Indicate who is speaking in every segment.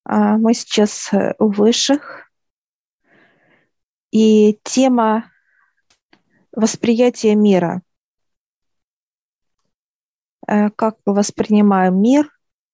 Speaker 1: Мы сейчас у высших, и тема восприятия мира. Как мы воспринимаем мир,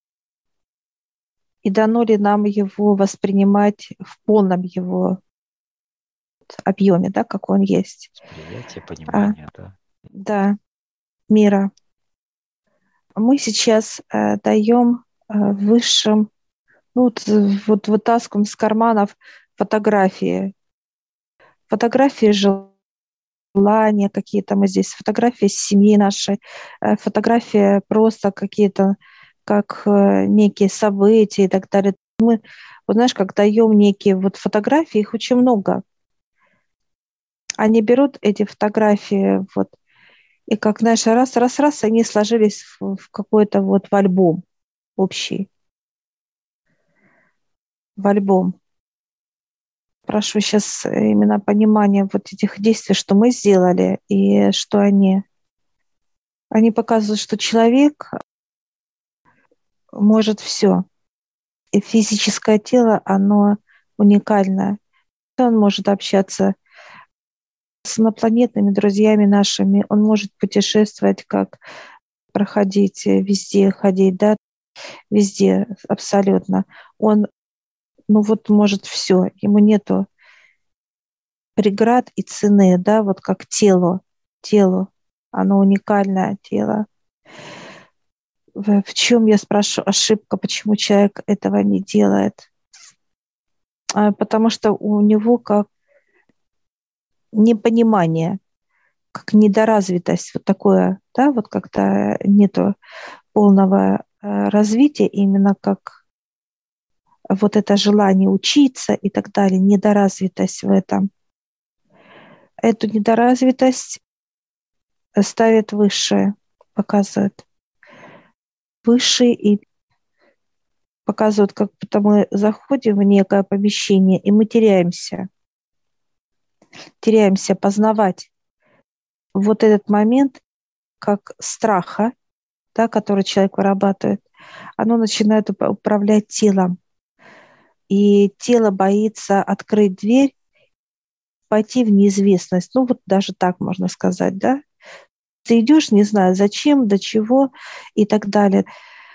Speaker 1: и дано ли нам его воспринимать в полном его объеме, да, как он есть.
Speaker 2: Восприятие,
Speaker 1: А,
Speaker 2: понимание, да.
Speaker 1: Да, мира. Мы сейчас даем высшим, вот вытаскиваем из карманов фотографии. Фотографии желания какие-то мы здесь, фотографии семьи нашей, фотографии просто какие-то, как некие события и так далее. Мы, вот знаешь, как даем некие вот фотографии, их очень много. Они берут эти фотографии, вот, и как, знаешь, раз, они сложились в какой-то вот в альбом общий, в альбом. Прошу сейчас именно понимания вот этих действий, что мы сделали, и что они показывают, что человек может все. И физическое тело, оно уникальное. Он может общаться с инопланетными друзьями нашими, он может путешествовать, как проходить везде, ходить, да, везде абсолютно. Он, вот может все, ему нету преград и цены, да, вот как телу, оно уникальное тело. В чем, я спрашиваю, ошибка, почему человек этого не делает? Потому что у него как непонимание, как недоразвитость, вот такое, да, вот как-то нету полного развития, именно как вот это желание учиться и так далее, недоразвитость в этом. Эту недоразвитость ставят высшие, показывают. Высшие и показывают, как будто мы заходим в некое помещение, и мы теряемся познавать вот этот момент как страха, да, который человек вырабатывает, оно начинает управлять телом. И тело боится открыть дверь, пойти в неизвестность. Вот даже так можно сказать, да? Ты идешь, не знаю, зачем, до чего и так далее.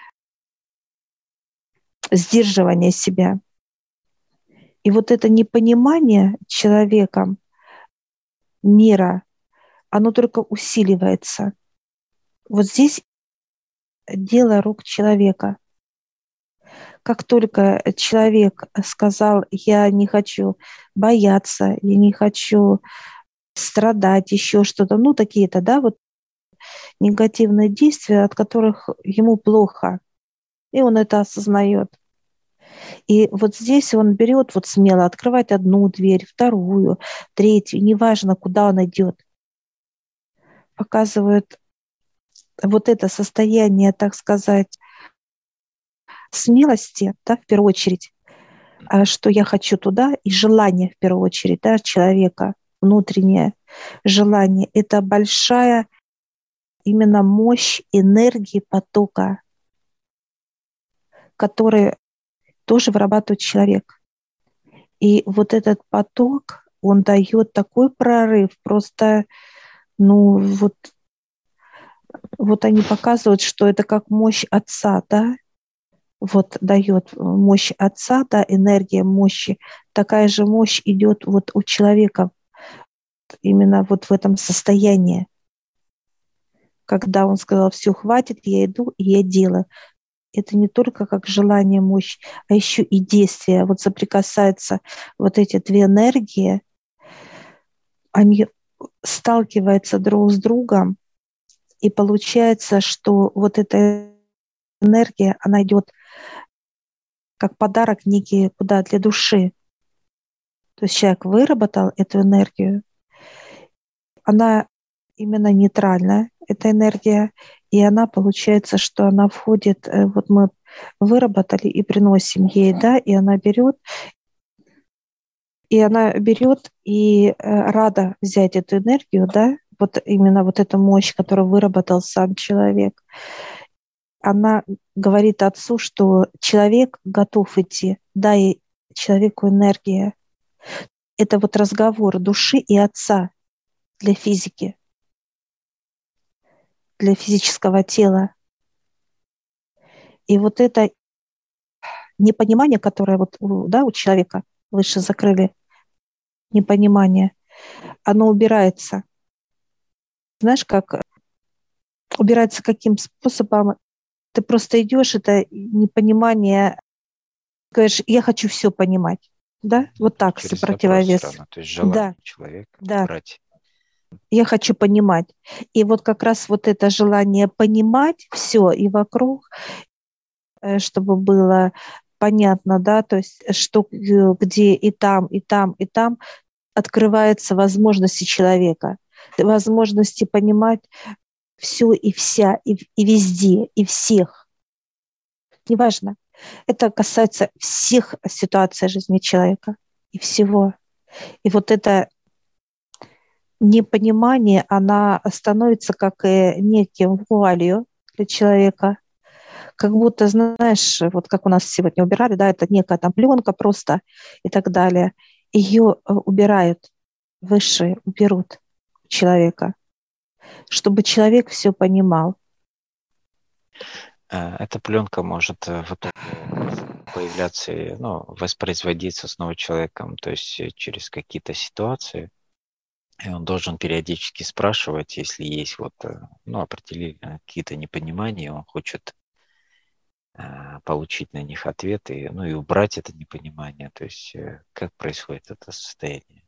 Speaker 1: Сдерживание себя. И вот это непонимание человеком мира, оно только усиливается. Вот здесь дело рук человека. Как только человек сказал, я не хочу бояться, я не хочу страдать, еще что-то, такие-то, да, вот негативные действия, от которых ему плохо, и он это осознает. И вот здесь он берет вот смело, открывать одну дверь, вторую, третью, неважно, куда он идет, показывает вот это состояние, так сказать, смелости, да, в первую очередь, что я хочу туда, и желание в первую очередь, да, человека, внутреннее желание. Это большая именно мощь энергии потока, который тоже вырабатывает человек. И вот этот поток, он дает такой прорыв, просто, вот они показывают, что это как мощь Отца, да, вот дает мощь Отца, да, энергия мощи, такая же мощь идет вот у человека именно вот в этом состоянии, когда он сказал, все, хватит, я иду, и я делаю. Это не только как желание, мощь, а еще и действие. Вот соприкасаются вот эти две энергии, они сталкиваются друг с другом, и получается, что вот эта энергия, она идет как подарок некий куда для души. То есть человек выработал эту энергию, она именно нейтральная, эта энергия, и она получается, что она входит, вот мы выработали и приносим ей, да, и она берет и рада взять эту энергию, да, вот именно вот эту мощь, которую выработал сам человек, она говорит отцу, что человек готов идти, дай человеку энергия. Это вот разговор души и отца для физики, для физического тела. И вот это непонимание, которое вот да, у человека выше закрыли, непонимание, оно убирается. Знаешь, как убирается каким способом? Ты просто идешь, это непонимание, говоришь, я хочу все понимать. Да? Вот так,
Speaker 2: Через вопрос все
Speaker 1: противовес.
Speaker 2: равно, то есть
Speaker 1: Да,
Speaker 2: желание человека
Speaker 1: да,
Speaker 2: брать.
Speaker 1: я хочу понимать. И вот как раз вот это желание понимать все и вокруг, чтобы было понятно, да, то есть что где и там, и там, и там открываются возможности человека, возможности понимать все и вся, и везде, и всех. Неважно. Это касается всех ситуаций жизни человека и всего. И вот это непонимание, она становится как неким вуалью для человека, как будто, знаешь, вот как у нас сегодня убирали, да, это некая там пленка просто и так далее. Ее убирают, высшие уберут у человека, чтобы человек все понимал.
Speaker 2: Эта пленка может в итоге появляться, ну, воспроизводиться снова человеком, то есть через какие-то ситуации. И он должен периодически спрашивать, если есть вот, ну, определенные какие-то непонимания, он хочет получить на них ответы, ну и убрать это непонимание. То есть как происходит это состояние?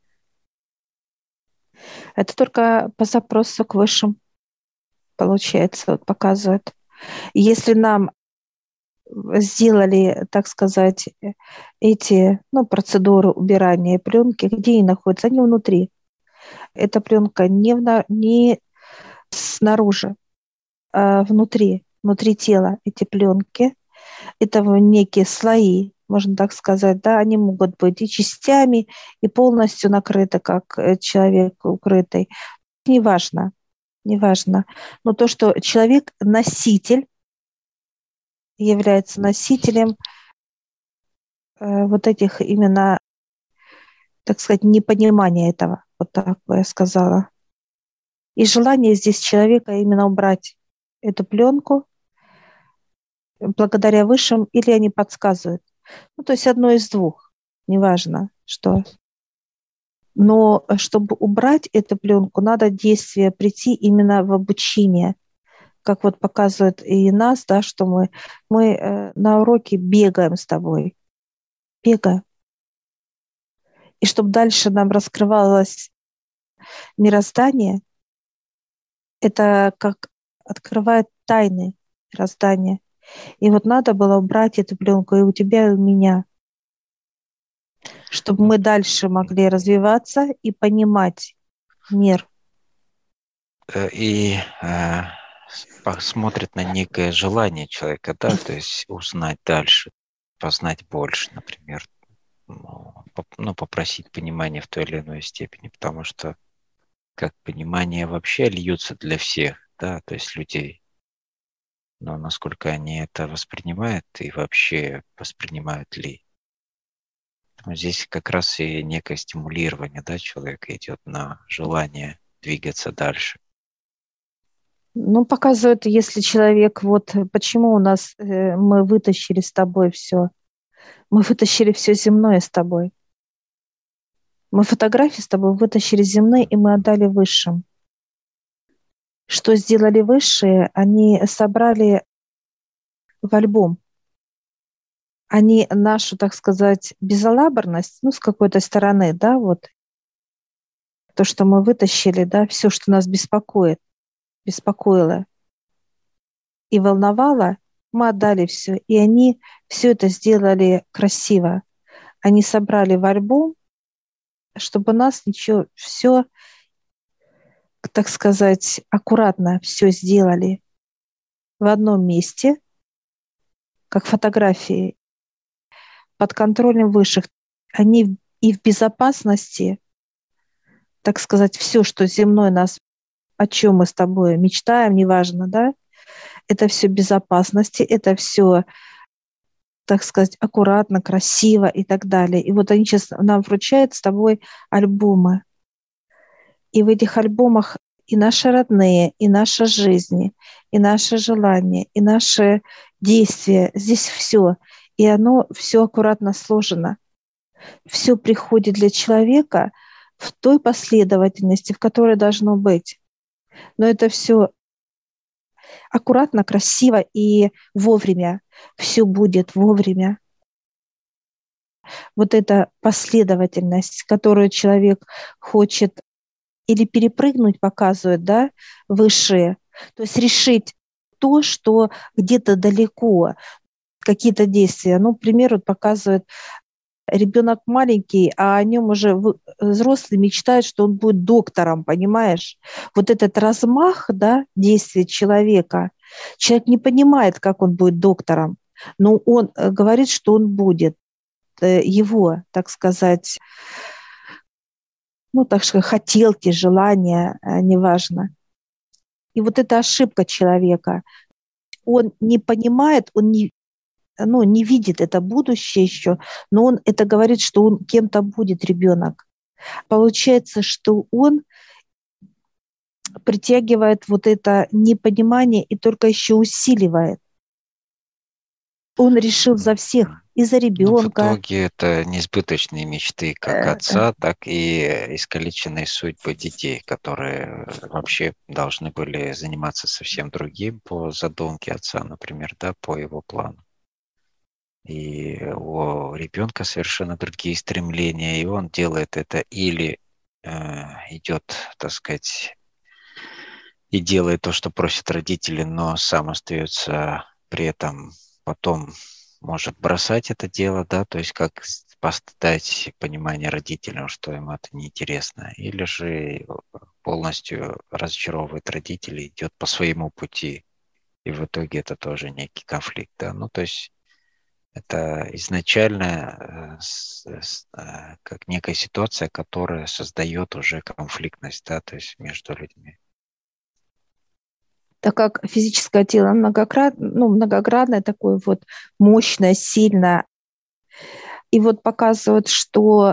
Speaker 1: Это только по запросу к высшим, получается, вот показывает. Если нам сделали, так сказать, эти ну, процедуры убирания пленки, где они находятся? Они внутри. Эта пленка не снаружи, а внутри тела эти пленки. Это некие слои, можно так сказать, да, они могут быть и частями, и полностью накрыты, как человек укрытый. Неважно, неважно. Но то, что человек носитель, является носителем вот этих именно, так сказать, непонимания этого, вот так бы я сказала. И желание здесь человека именно убрать эту пленку благодаря высшим, или они подсказывают. Ну, то есть одно из двух, неважно, что. Но чтобы убрать эту пленку, надо действие прийти именно в обучение, как вот показывает и нас, да, что мы на уроке бегаем с тобой, бегаем. И чтобы дальше нам раскрывалось мироздание, это как открывает тайны мироздания. И вот надо было убрать эту пленку и у тебя, и у меня, чтобы
Speaker 2: Ну,
Speaker 1: мы дальше могли развиваться и понимать мир.
Speaker 2: и смотрит на некое желание человека, да, то есть узнать дальше, познать больше, например, ну, попросить понимания в той или иной степени, потому что как понимание вообще льются для всех, да, то есть людей. Но насколько они это воспринимают и вообще воспринимают ли. Поэтому здесь как раз и некое стимулирование, да, человека идет на желание двигаться дальше.
Speaker 1: Ну, показывает, если человек, вот почему у нас мы вытащили с тобой все. Мы вытащили все земное с тобой. Мы фотографии с тобой вытащили земные, и мы отдали высшим. Что сделали высшие? Они собрали в альбом. Они нашу, так сказать, безалаберность, ну, с какой-то стороны, да, вот, то, что мы вытащили, да, все, что нас беспокоило и волновало, мы отдали все. И они все это сделали красиво. Они собрали в альбом, чтобы нас ничего, все, так сказать, аккуратно все сделали в одном месте, как фотографии, под контролем высших. Они и в безопасности, так сказать, все, что земной нас, о чем мы с тобой мечтаем, неважно, да, это все безопасности, это все, так сказать, аккуратно, красиво и так далее. И вот они сейчас нам вручают с тобой альбомы. И в этих альбомах и наши родные, и наша жизнь, и наши желания, и наши действия. Здесь все. И оно все аккуратно сложено. Все приходит для человека в той последовательности, в которой должно быть. Но это все аккуратно, красиво и вовремя. Все будет вовремя. Вот эта последовательность, которую человек хочет или перепрыгнуть, показывает, да, высшие. То есть решить то, что где-то далеко, какие-то действия. Ну, пример вот показывает ребенок маленький, а о нем уже взрослый мечтает, что он будет доктором, понимаешь? Вот этот размах, да, действий человека, человек не понимает, как он будет доктором, но он говорит, что он будет. Его, так сказать, ну, так сказать, хотелки, желания, неважно. И вот эта ошибка человека, он не понимает, он не, ну, не видит это будущее еще, но он это говорит, что он кем-то будет, ребенок. Получается, что он притягивает вот это непонимание и только еще усиливает. Он решил за всех, и за
Speaker 2: Ну, в
Speaker 1: ребенка.
Speaker 2: итоге это несбыточные мечты как отца, так и искалеченные судьбы детей, которые вообще должны были заниматься совсем другим по задумке отца, например, да, по его плану. И у ребенка совершенно другие стремления, и он делает это или идет, так сказать, и делает то, что просят родители, но сам остается при этом потом может бросать это дело, да, то есть как дать понимание родителям, что им это неинтересно, или же полностью разочаровывает родителей, идет по своему пути, и в итоге это тоже некий конфликт, да, ну, то есть это изначально как некая ситуация, которая создает уже конфликтность, да, то есть между людьми.
Speaker 1: Так как физическое тело многогранное, такое вот мощное, сильное. И вот показывают, что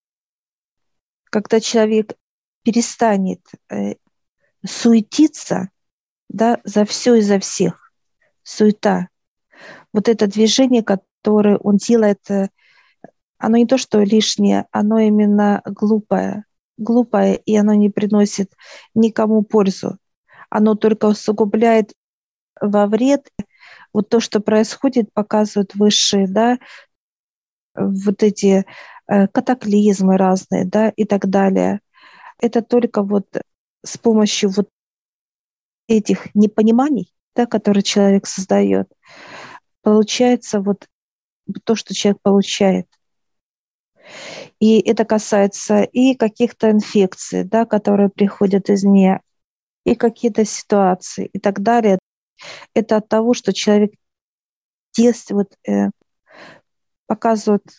Speaker 1: когда человек перестанет суетиться, да, за все и за всех, суета, вот это движение, которое он делает, оно не то, что лишнее, оно именно глупое, и оно не приносит никому пользу. Оно только усугубляет во вред. Вот то, что происходит, показывают высшие, да, вот эти катаклизмы разные, да, и так далее. Это только вот с помощью вот этих непониманий, да, которые человек создает, получается вот то, что человек получает. И это касается и каких-то инфекций, да, которые приходят извне, и какие-то ситуации и так далее. Это от того, что человек действует, показывает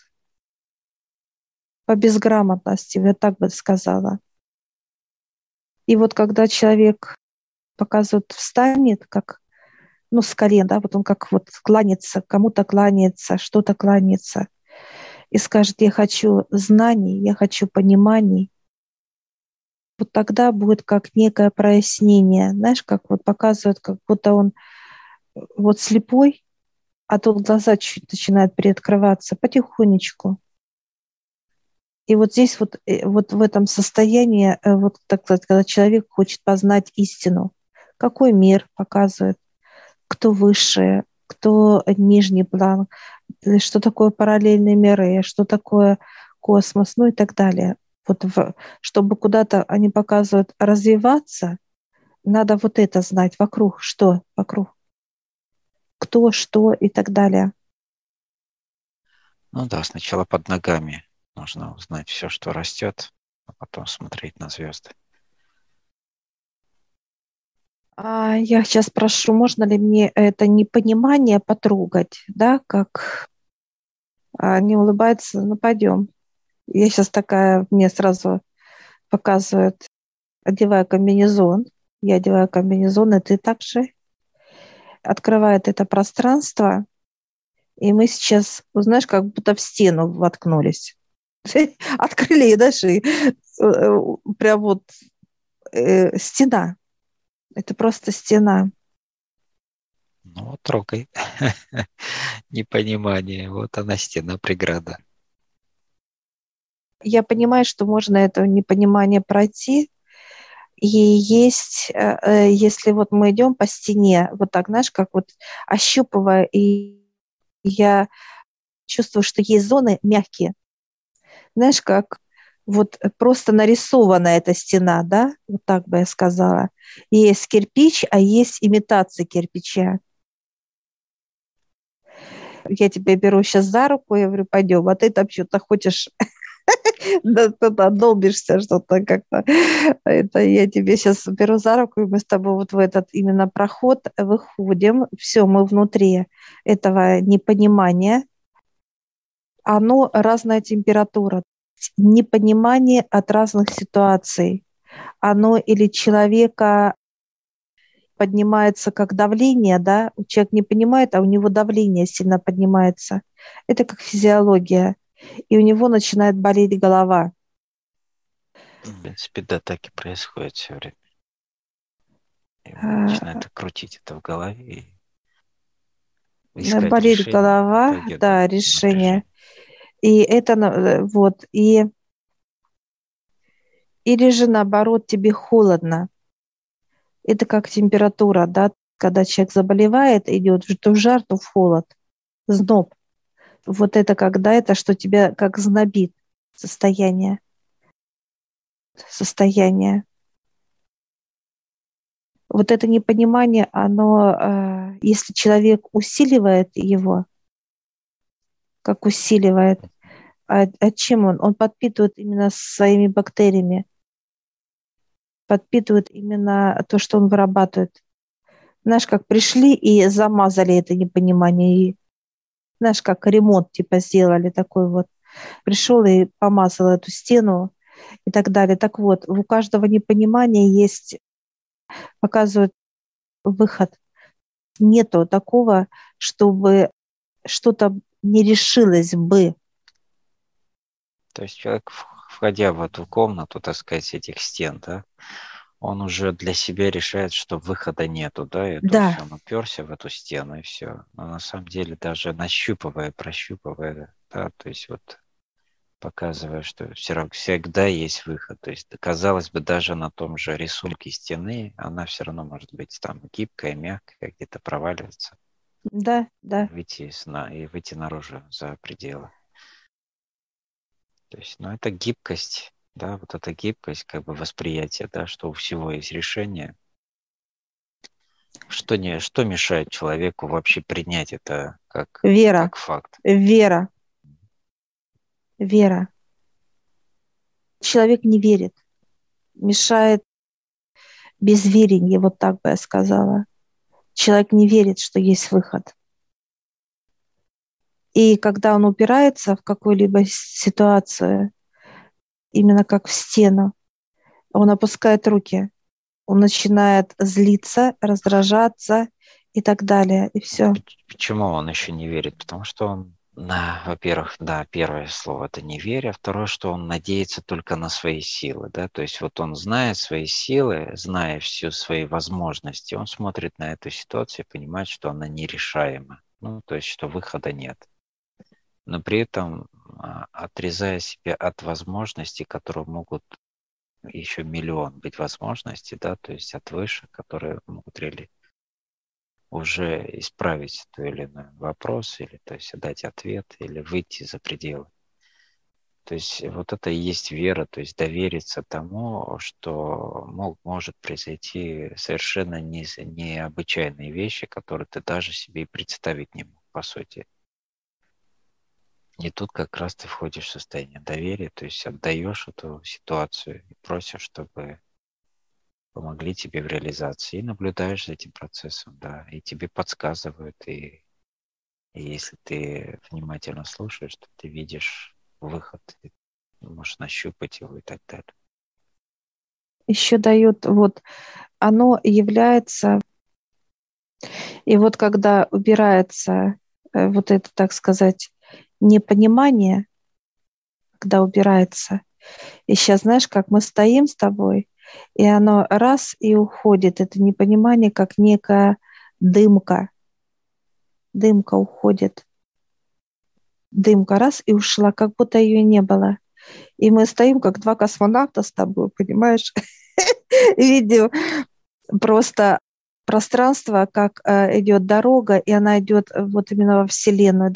Speaker 1: по безграмотности, я так бы сказала. И вот когда человек показывает, встанет, как, ну, с колен, да, вот он как вот кланяется, кому-то кланяется, что-то кланяется, и скажет, я хочу знаний, я хочу пониманий, вот тогда будет как некое прояснение. Знаешь, как вот показывают, как будто он вот слепой, а тут глаза чуть начинают приоткрываться потихонечку. И вот здесь вот в этом состоянии, вот так сказать, когда человек хочет познать истину, какой мир показывает, кто выше, кто нижний план, что такое параллельные миры, что такое космос, ну и так далее. Чтобы куда-то они показывают развиваться, надо вот это знать вокруг, что вокруг, кто, что и так далее.
Speaker 2: Ну да, сначала под ногами нужно узнать все, что растет, а потом смотреть на звезды.
Speaker 1: Я сейчас спрошу, можно ли мне это непонимание потрогать, да, как не улыбается, ну пойдем. Я сейчас такая, мне сразу показывают, одеваю комбинезон, я одеваю комбинезон, и ты так же. открывает это пространство, и мы сейчас, знаешь, как будто в стену воткнулись. Открыли, и дальше прям вот стена. Это просто стена.
Speaker 2: Ну, вот трогай. Непонимание. Вот она, стена, преграда.
Speaker 1: Я понимаю, что можно это непонимание пройти. И есть, если вот мы идем по стене, вот так, знаешь, как вот ощупывая, и я чувствую, что есть зоны мягкие. Знаешь, как вот просто нарисована эта стена, да, вот так бы я сказала. Есть кирпич, а есть имитация кирпича. Я тебя беру сейчас за руку, я говорю, пойдем, а ты там что-то хочешь, да, долбишься что-то как-то. Это я тебе сейчас беру за руку, и мы с тобой вот в этот именно проход выходим. Все, мы внутри этого непонимания. Оно разная температура. Непонимание от разных ситуаций. Оно или человека поднимается как давление, да, человек не понимает, а у него давление сильно поднимается. Это как физиология. И у него начинает болеть голова.
Speaker 2: В принципе, да, так и происходит все время. И он
Speaker 1: А,
Speaker 2: начинает крутить это в голове и искать
Speaker 1: Болит
Speaker 2: решение, а в
Speaker 1: голова,
Speaker 2: итоге,
Speaker 1: да,
Speaker 2: да,
Speaker 1: решение.
Speaker 2: напряжение.
Speaker 1: И это вот. Или же наоборот тебе холодно. Это как температура, да, когда человек заболевает, идет то в жар, то в холод, зноб. Вот это когда это, что тебя как знобит состояние. Состояние. Вот это непонимание, оно, если человек усиливает его, как усиливает, а чем он? Он подпитывает именно своими бактериями, подпитывает именно то, что он вырабатывает. Знаешь, как пришли и замазали это непонимание, и, знаешь, как ремонт типа сделали такой вот. Пришел и помазал эту стену и так далее. Так вот, у каждого непонимания есть, показывает выход. Нету такого, чтобы что-то не решилось бы.
Speaker 2: То есть человек, входя в эту комнату, так сказать, этих стен, да, он уже для себя решает, что выхода нету, да, и то есть
Speaker 1: Да,
Speaker 2: он уперся в эту стену и все. Но на самом деле даже нащупывая, прощупывая, да, то есть вот показывая, что все равно всегда есть выход. То есть, казалось бы, даже на том же рисунке стены она все равно может быть там гибкая, мягкая, где-то проваливаться,
Speaker 1: да, да.
Speaker 2: и выйти наружу за пределы. То есть, ну, это гибкость, да, вот эта гибкость, как бы восприятие, да, что у всего есть решение. Что мешает человеку вообще принять это
Speaker 1: Вера,
Speaker 2: как факт?
Speaker 1: вера, вера. Человек не верит, мешает безверие, вот так бы я сказала. Человек не верит, что есть выход. И когда он упирается в какую-либо ситуацию, именно как в стену, он опускает руки, он начинает злиться, раздражаться и так далее, и все.
Speaker 2: Почему он еще не верит? Потому что он, во-первых, да, первое слово это неверие, второе, что он надеется только на свои силы, да, то есть вот он знает свои силы, зная все свои возможности, он смотрит на эту ситуацию и понимает, что она нерешаема, ну, то есть что выхода нет, но при этом отрезая себя от возможностей, которые могут еще миллион быть возможностей, да, то есть от выше, которые могут уже исправить той или иной вопрос, или то есть дать ответ, или выйти за пределы. То есть вот это и есть вера, то есть довериться тому, что может произойти совершенно необычайные вещи, которые ты даже себе и представить не мог, по сути. И тут как раз ты входишь в состояние доверия, то есть отдаешь эту ситуацию и просишь, чтобы помогли тебе в реализации, и наблюдаешь за этим процессом, да, и тебе подсказывают, и если ты внимательно слушаешь, то ты видишь выход, и можешь нащупать его и так далее.
Speaker 1: Еще дает, вот, оно является, И вот когда убирается вот это, так сказать, непонимание, когда убирается, и сейчас, знаешь, как мы стоим с тобой, и оно раз и уходит, это непонимание, как некая дымка, дымка уходит, дымка раз и ушла, как будто ее не было. И мы стоим, как два космонавта с тобой, понимаешь, видим просто пространство, как идет дорога, и она идет вот именно во Вселенную,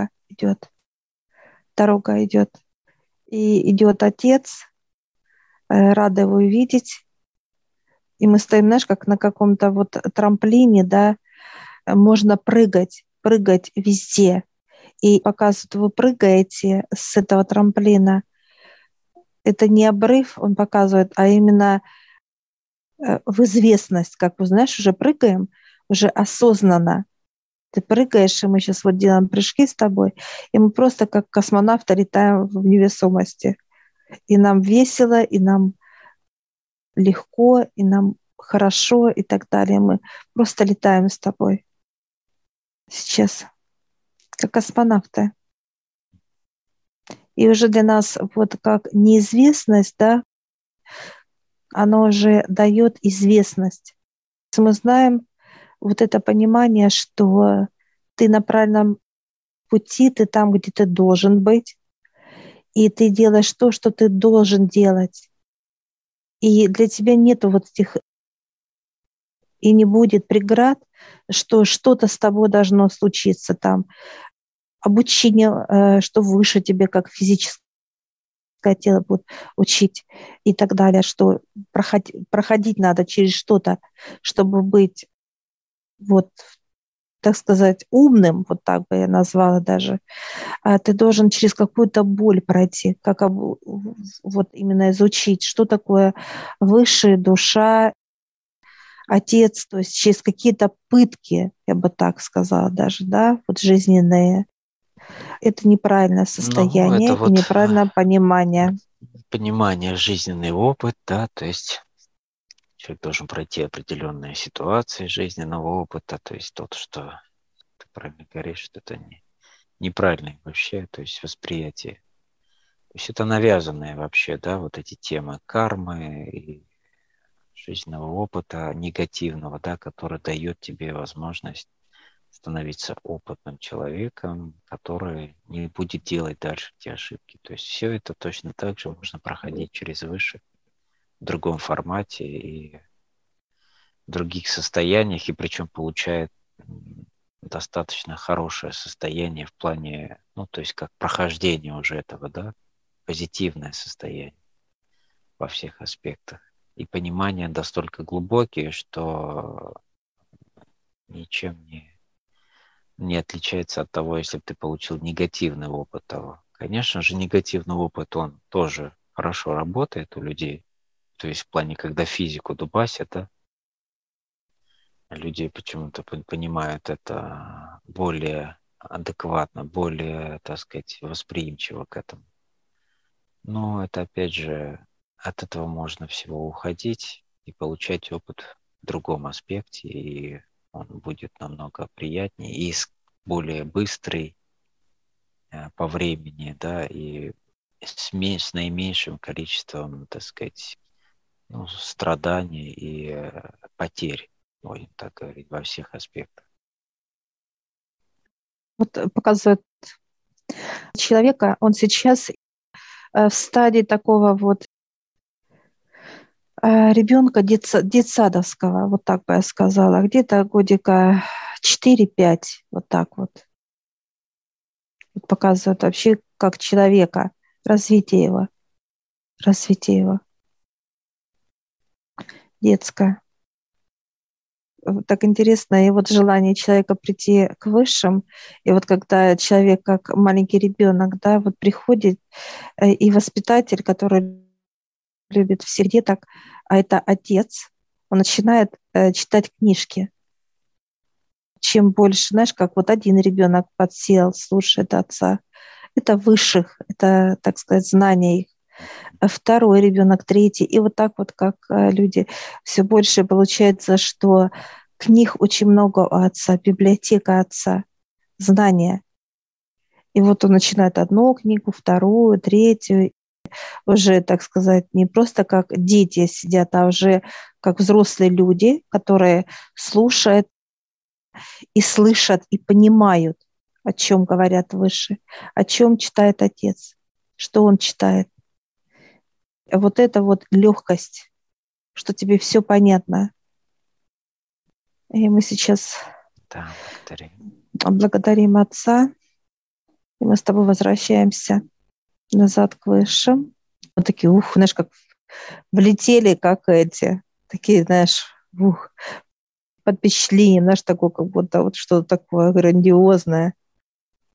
Speaker 1: дорога идет. И идет Отец, рада его видеть. И мы стоим, знаешь, как на каком-то вот трамплине, да, можно прыгать везде. И показывают, вы прыгаете с этого трамплина. Это не обрыв, он показывает, а именно в известность, как вы знаешь, уже прыгаем, уже осознанно. Ты прыгаешь, и мы сейчас вот делаем прыжки с тобой, и мы просто как космонавты летаем в невесомости. И нам весело, и нам легко, и нам хорошо, и так далее. Мы просто летаем с тобой сейчас, как космонавты. И уже для нас вот как неизвестность, да, оно уже дает известность. Мы знаем вот это понимание, что ты на правильном пути, ты там, где ты должен быть, и ты делаешь то, что ты должен делать. И для тебя нету вот этих, и не будет преград, что что-то с тобой должно случиться там. Обучение, что выше тебе, как физическое тело будет учить и так далее, что проходить надо через что-то, чтобы быть вот, так сказать, умным, вот так бы я назвала даже, ты должен через какую-то боль пройти, как вот именно изучить, что такое высшая душа, отец, то есть через какие-то пытки, я бы так сказала даже, да, вот жизненные. Это неправильное
Speaker 2: Ну,
Speaker 1: состояние
Speaker 2: это
Speaker 1: и
Speaker 2: вот
Speaker 1: неправильное понимание.
Speaker 2: понимание, жизненный опыт, да, то есть человек должен пройти определенные ситуации жизненного опыта, то есть тот, что ты правильно говоришь, что это неправильное вообще, то есть восприятие. То есть это навязанные вообще, да, вот эти темы кармы и жизненного опыта негативного, да, который дает тебе возможность становиться опытным человеком, который не будет делать дальше те ошибки. То есть все это точно так же можно проходить через выше в другом формате и в других состояниях, и причем получает достаточно хорошее состояние в плане, ну, то есть как прохождение уже этого, да, позитивное состояние во всех аспектах. И понимание настолько глубокие, что ничем не отличается от того, если бы ты получил негативный опыт того. Конечно же, негативный опыт, он тоже хорошо работает у людей. То есть в плане, когда физику дубасят, да, люди почему-то понимают это более адекватно, более, так сказать, восприимчиво к этому. Но это, опять же, от этого можно всего уходить и получать опыт в другом аспекте, и он будет намного приятнее и более быстрый по времени, да, и с наименьшим количеством, так сказать, ну, страданий и потерь, будем так говорить, во всех аспектах.
Speaker 1: Вот показывает человека, он сейчас в стадии такого вот ребенка детсадовского, вот так бы я сказала, где-то годика 4-5, вот так вот. Вот показывает вообще как человека, развитие его детское. Вот так интересно, и вот желание человека прийти к высшим, и вот когда человек как маленький ребенок, да, вот приходит, и воспитатель, который любит всех деток, а это отец, он начинает читать книжки. Чем больше, знаешь, как вот один ребенок подсел, слушает отца, это высших, это, так сказать, знания их. А второй ребенок, третий, и вот так вот, как люди, все больше получается, что книг очень много у отца, библиотека отца, знания. И вот он начинает одну книгу, вторую, третью, уже, так сказать, не просто как дети сидят, а уже как взрослые люди, которые слушают и слышат, и понимают, о чем говорят выше, о чем читает отец, что он читает. Вот это вот легкость, что тебе все понятно. И мы сейчас
Speaker 2: Да, благодарю.
Speaker 1: благодарим Отца, и мы с тобой возвращаемся назад к высшим. Вот такие, знаешь, как влетели, как эти, такие, знаешь, под впечатлением, знаешь, такое, как будто вот что-то такое грандиозное.